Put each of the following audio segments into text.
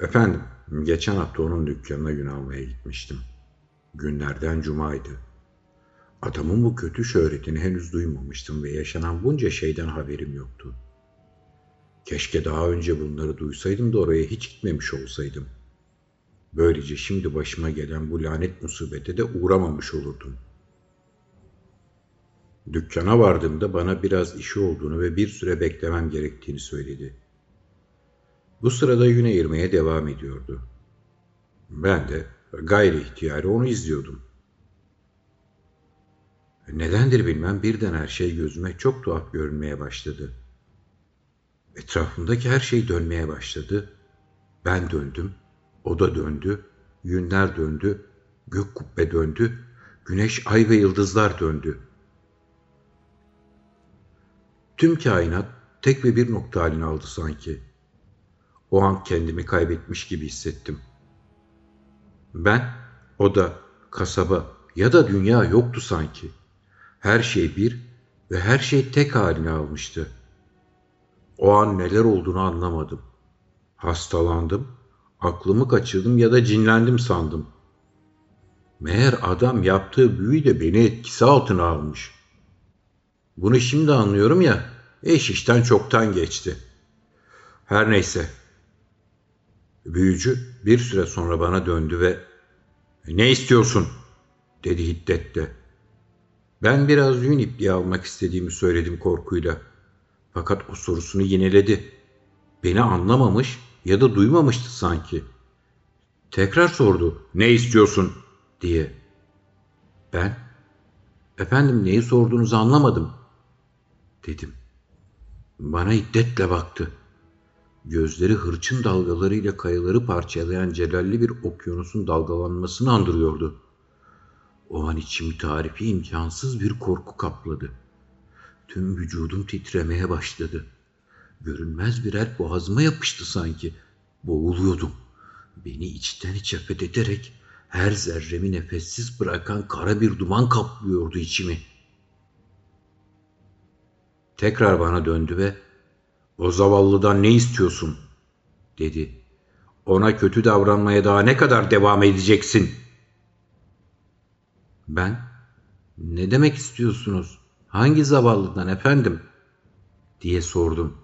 Efendim, geçen hafta onun dükkanına gün almaya gitmiştim. Günlerden cumaydı. Adamın bu kötü şöhretini henüz duymamıştım ve yaşanan bunca şeyden haberim yoktu. Keşke daha önce bunları duysaydım da oraya hiç gitmemiş olsaydım. Böylece şimdi başıma gelen bu lanet musibete de uğramamış olurdum. Dükkana vardığımda bana biraz işi olduğunu ve bir süre beklemem gerektiğini söyledi. Bu sırada yün eğirmeye devam ediyordu. Ben de gayri ihtiyari onu izliyordum. Nedendir bilmem birden her şey gözüme çok tuhaf görünmeye başladı. Etrafımdaki her şey dönmeye başladı. Ben döndüm, o da döndü, yünler döndü, gök kubbe döndü, güneş, ay ve yıldızlar döndü. Tüm kainat tek ve bir nokta halini aldı sanki. O an kendimi kaybetmiş gibi hissettim. Ben, o da, kasaba ya da dünya yoktu sanki. Her şey bir ve her şey tek halini almıştı. O an neler olduğunu anlamadım. Hastalandım, aklımı kaçırdım ya da cinlendim sandım. Meğer adam yaptığı büyüyle beni etkisi altına almış. Bunu şimdi anlıyorum ya, işten çoktan geçti. Her neyse, büyücü bir süre sonra bana döndü ve "Ne istiyorsun?" dedi hiddetle. Ben biraz yün ipliği almak istediğimi söyledim korkuyla. Fakat o sorusunu yineledi. Beni anlamamış ya da duymamıştı sanki. Tekrar sordu, "Ne istiyorsun?" diye. Ben, "Efendim, neyi sorduğunuzu anlamadım," dedim. Bana hiddetle baktı. Gözleri hırçın dalgalarıyla kayaları parçalayan celalli bir okyanusun dalgalanmasını andırıyordu. O an içimi tarifi imkansız bir korku kapladı. Tüm vücudum titremeye başladı. Görünmez bir el boğazıma yapıştı sanki. Boğuluyordum. Beni içten içe fethederek her zerremi nefessiz bırakan kara bir duman kaplıyordu içimi. Tekrar bana döndü ve "O zavallıdan ne istiyorsun?" dedi. "Ona kötü davranmaya daha ne kadar devam edeceksin?" Ben, "Ne demek istiyorsunuz? Hangi zavallıdan efendim?" diye sordum.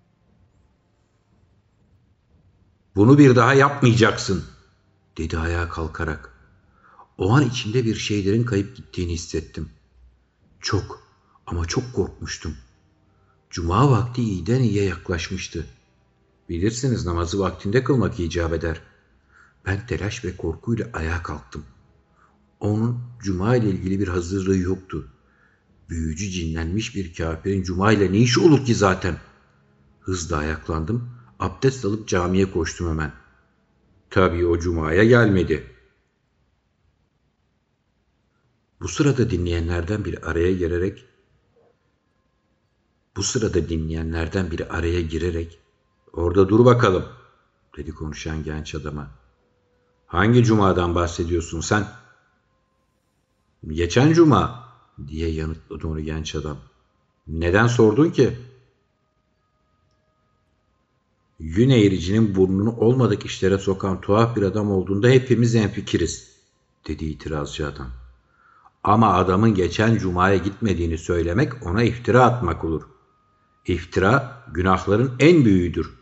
"Bunu bir daha yapmayacaksın," dedi ayağa kalkarak. O an içimde bir şeylerin kayıp gittiğini hissettim. Çok ama çok korkmuştum. Cuma vakti iyiden iyiye yaklaşmıştı. Bilirsiniz, namazı vaktinde kılmak icap eder. Ben telaş ve korkuyla ayağa kalktım. Onun cuma ile ilgili bir hazırlığı yoktu. Büyücü cinlenmiş bir kafirin cuma ile ne işi olur ki zaten? Hızla ayaklandım, abdest alıp camiye koştum hemen. Tabii o cumaya gelmedi. Bu sırada dinleyenlerden biri araya girerek "Orada dur bakalım," dedi konuşan genç adama. "Hangi cumadan bahsediyorsun sen?" "Geçen cuma," diye yanıtladı onu genç adam. "Neden sordun ki?" "Yün eğricinin burnunu olmadık işlere sokan tuhaf bir adam olduğunda hepimiz hemfikiriz," dedi itirazcı adam. "Ama adamın geçen cumaya gitmediğini söylemek ona iftira atmak olur. İftira günahların en büyüğüdür."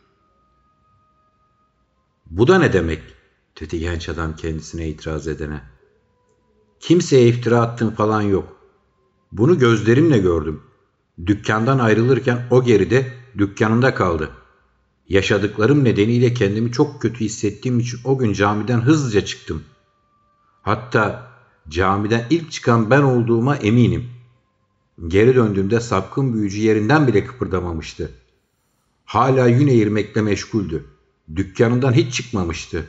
"Bu da ne demek?" dedi genç adam kendisine itiraz edene. "Kimseye iftira attığım falan yok. Bunu gözlerimle gördüm. Dükkandan ayrılırken o geride, dükkanında kaldı. Yaşadıklarım nedeniyle kendimi çok kötü hissettiğim için o gün camiden hızlıca çıktım. Hatta camiden ilk çıkan ben olduğuma eminim. Geri döndüğümde sapkın büyücü yerinden bile kıpırdamamıştı. Hala yün eğirmekle meşguldü. Dükkanından hiç çıkmamıştı."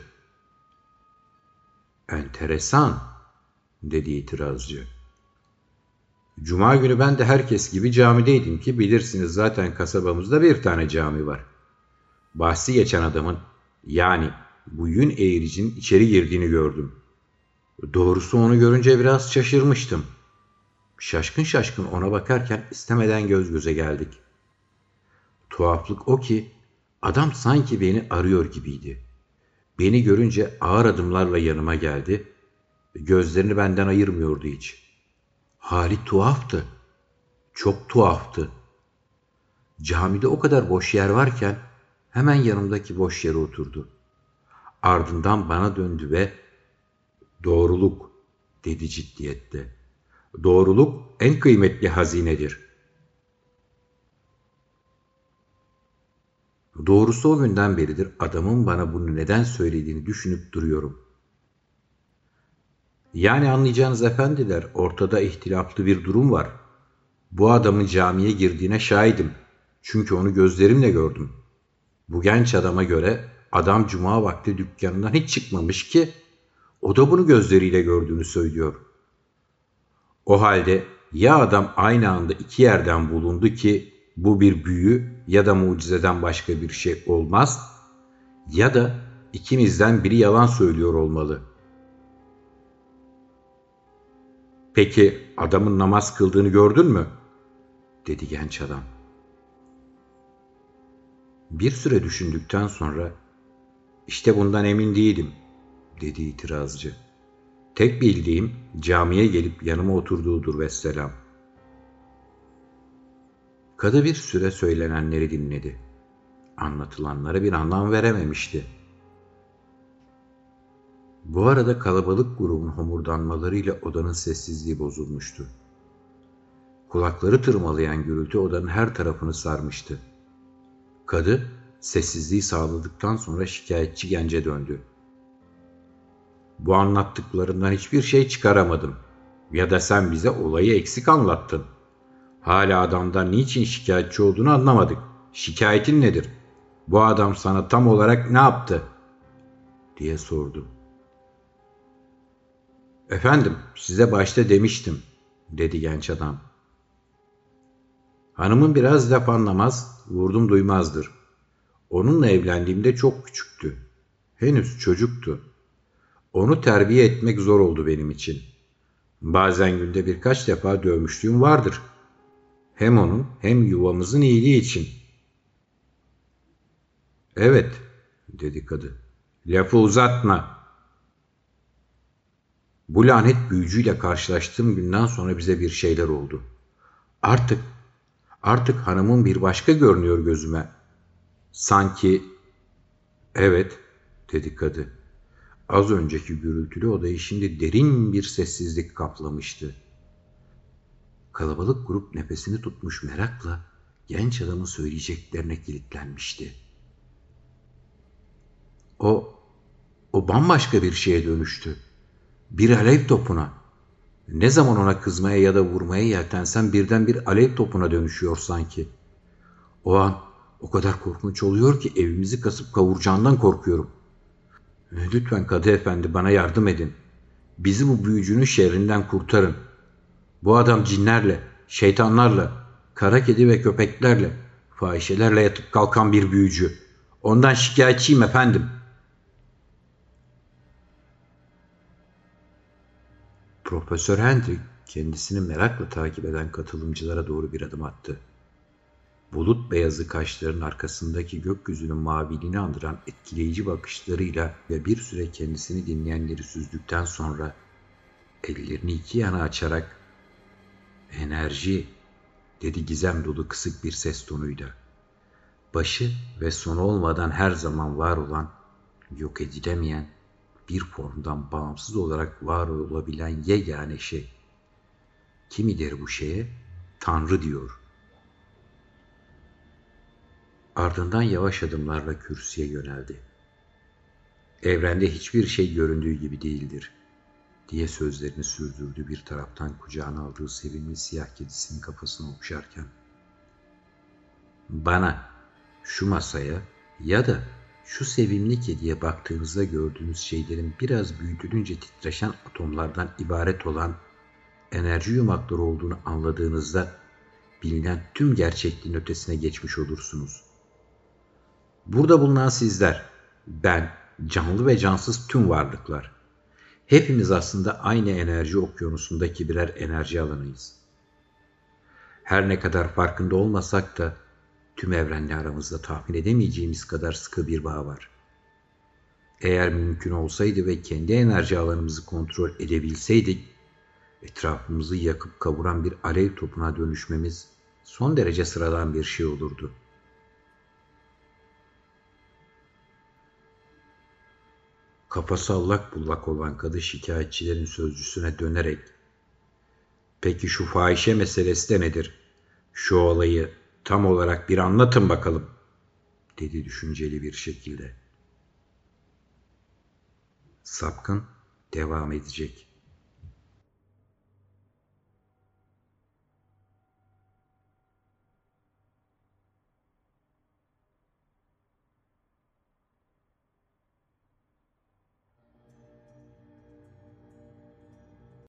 "Enteresan," dedi itirazcı. "Cuma günü ben de herkes gibi camideydim ki bilirsiniz zaten kasabamızda bir tane cami var. Bahsi geçen adamın, yani bu yün eğricinin içeri girdiğini gördüm. Doğrusu onu görünce biraz şaşırmıştım. Şaşkın şaşkın ona bakarken istemeden göz göze geldik. Tuhaflık o ki adam sanki beni arıyor gibiydi. Beni görünce ağır adımlarla yanıma geldi ve gözlerini benden ayırmıyordu hiç. Hali tuhaftı, çok tuhaftı. Camide o kadar boş yer varken hemen yanımdaki boş yere oturdu. Ardından bana döndü ve "Doğruluk," dedi ciddiyetle. "Doğruluk en kıymetli hazinedir. Doğrusu o günden beridir adamın bana bunu neden söylediğini düşünüp duruyorum. Yani anlayacağınız efendiler, ortada ihtilaflı bir durum var. Bu adamın camiye girdiğine şahidim. Çünkü onu gözlerimle gördüm. Bu genç adama göre adam cuma vakti dükkanından hiç çıkmamış ki o da bunu gözleriyle gördüğünü söylüyor. O halde ya adam aynı anda iki yerden bulundu ki bu bir büyü ya da mucizeden başka bir şey olmaz, ya da ikimizden biri yalan söylüyor olmalı. Peki adamın namaz kıldığını gördün mü?" dedi genç adam. Bir süre düşündükten sonra "İşte bundan emin değilim," dedi itirazcı. "Tek bildiğim camiye gelip yanıma oturduğudur vesselam." Kadı bir süre söylenenleri dinledi. Anlatılanlara bir anlam verememişti. Bu arada kalabalık grubun homurdanmalarıyla odanın sessizliği bozulmuştu. Kulakları tırmalayan gürültü odanın her tarafını sarmıştı. Kadı sessizliği sağladıktan sonra şikayetçi gence döndü. "Bu anlattıklarından hiçbir şey çıkaramadım. Ya da sen bize olayı eksik anlattın. Hala adamdan niçin şikayetçi olduğunu anlamadık. Şikayetin nedir? Bu adam sana tam olarak ne yaptı?" diye sordu. "Efendim, size başta demiştim," dedi genç adam. "Hanımın biraz laf anlamaz, vurdum duymazdır. Onunla evlendiğimde çok küçüktü. Henüz çocuktu. Onu terbiye etmek zor oldu benim için. Bazen günde birkaç defa dövmüşlüğüm vardır. Hem onun hem yuvamızın iyiliği için." "Evet," dedi kadı. "Lafı uzatma. Bu lanet büyücüyle karşılaştığım günden sonra bize bir şeyler oldu. Artık hanımın bir başka görünüyor gözüme. Sanki..." "Evet," dedi kadı. Az önceki gürültülü odayı şimdi derin bir sessizlik kaplamıştı. Kalabalık grup nefesini tutmuş merakla genç adamın söyleyeceklerine kilitlenmişti. O, o bambaşka bir şeye dönüştü. Bir alev topuna. Ne zaman ona kızmaya ya da vurmaya yeltensem birden bir alev topuna dönüşüyor sanki. O an o kadar korkunç oluyor ki evimizi kasıp kavuracağından korkuyorum. Lütfen Kadı Efendi, bana yardım edin. Bizi bu büyücünün şerrinden kurtarın. Bu adam cinlerle, şeytanlarla, kara kedi ve köpeklerle, fahişelerle yatıp kalkan bir büyücü. Ondan şikayetçiyim efendim." Profesör Hendrik kendisini merakla takip eden katılımcılara doğru bir adım attı. Bulut beyazı kaşlarının arkasındaki gökyüzünün maviliğini andıran etkileyici bakışlarıyla ve bir süre kendisini dinleyenleri süzdükten sonra ellerini iki yana açarak "Enerji," dedi gizem dolu kısık bir ses tonuyla. "Başı ve sonu olmadan her zaman var olan, yok edilemeyen, bir formdan bağımsız olarak var olabilen yegane şey. Kimidir bu şeye? Tanrı diyor." Ardından yavaş adımlarla kürsüye yöneldi. "Evrende hiçbir şey göründüğü gibi değildir," diye sözlerini sürdürdü bir taraftan kucağına aldığı sevimli siyah kedisinin kafasını okşarken. "Bana, şu masaya ya da şu sevimli kediye baktığınızda gördüğünüz şeylerin biraz büyütülünce titreşen atomlardan ibaret olan enerji yumakları olduğunu anladığınızda bilinen tüm gerçekliğin ötesine geçmiş olursunuz. Burada bulunan sizler, ben, canlı ve cansız tüm varlıklar. Hepimiz aslında aynı enerji okyanusundaki birer enerji alanıyız. Her ne kadar farkında olmasak da tüm evrenle aramızda tahmin edemeyeceğimiz kadar sıkı bir bağ var. Eğer mümkün olsaydı ve kendi enerji alanımızı kontrol edebilseydik, etrafımızı yakıp kavuran bir alev topuna dönüşmemiz son derece sıradan bir şey olurdu. Kafası allak bullak olan kadı şikayetçilerin sözcüsüne dönerek, "Peki şu fahişe meselesi de nedir? Şu olayı tam olarak bir anlatın bakalım," dedi düşünceli bir şekilde. Sapkın devam edecek.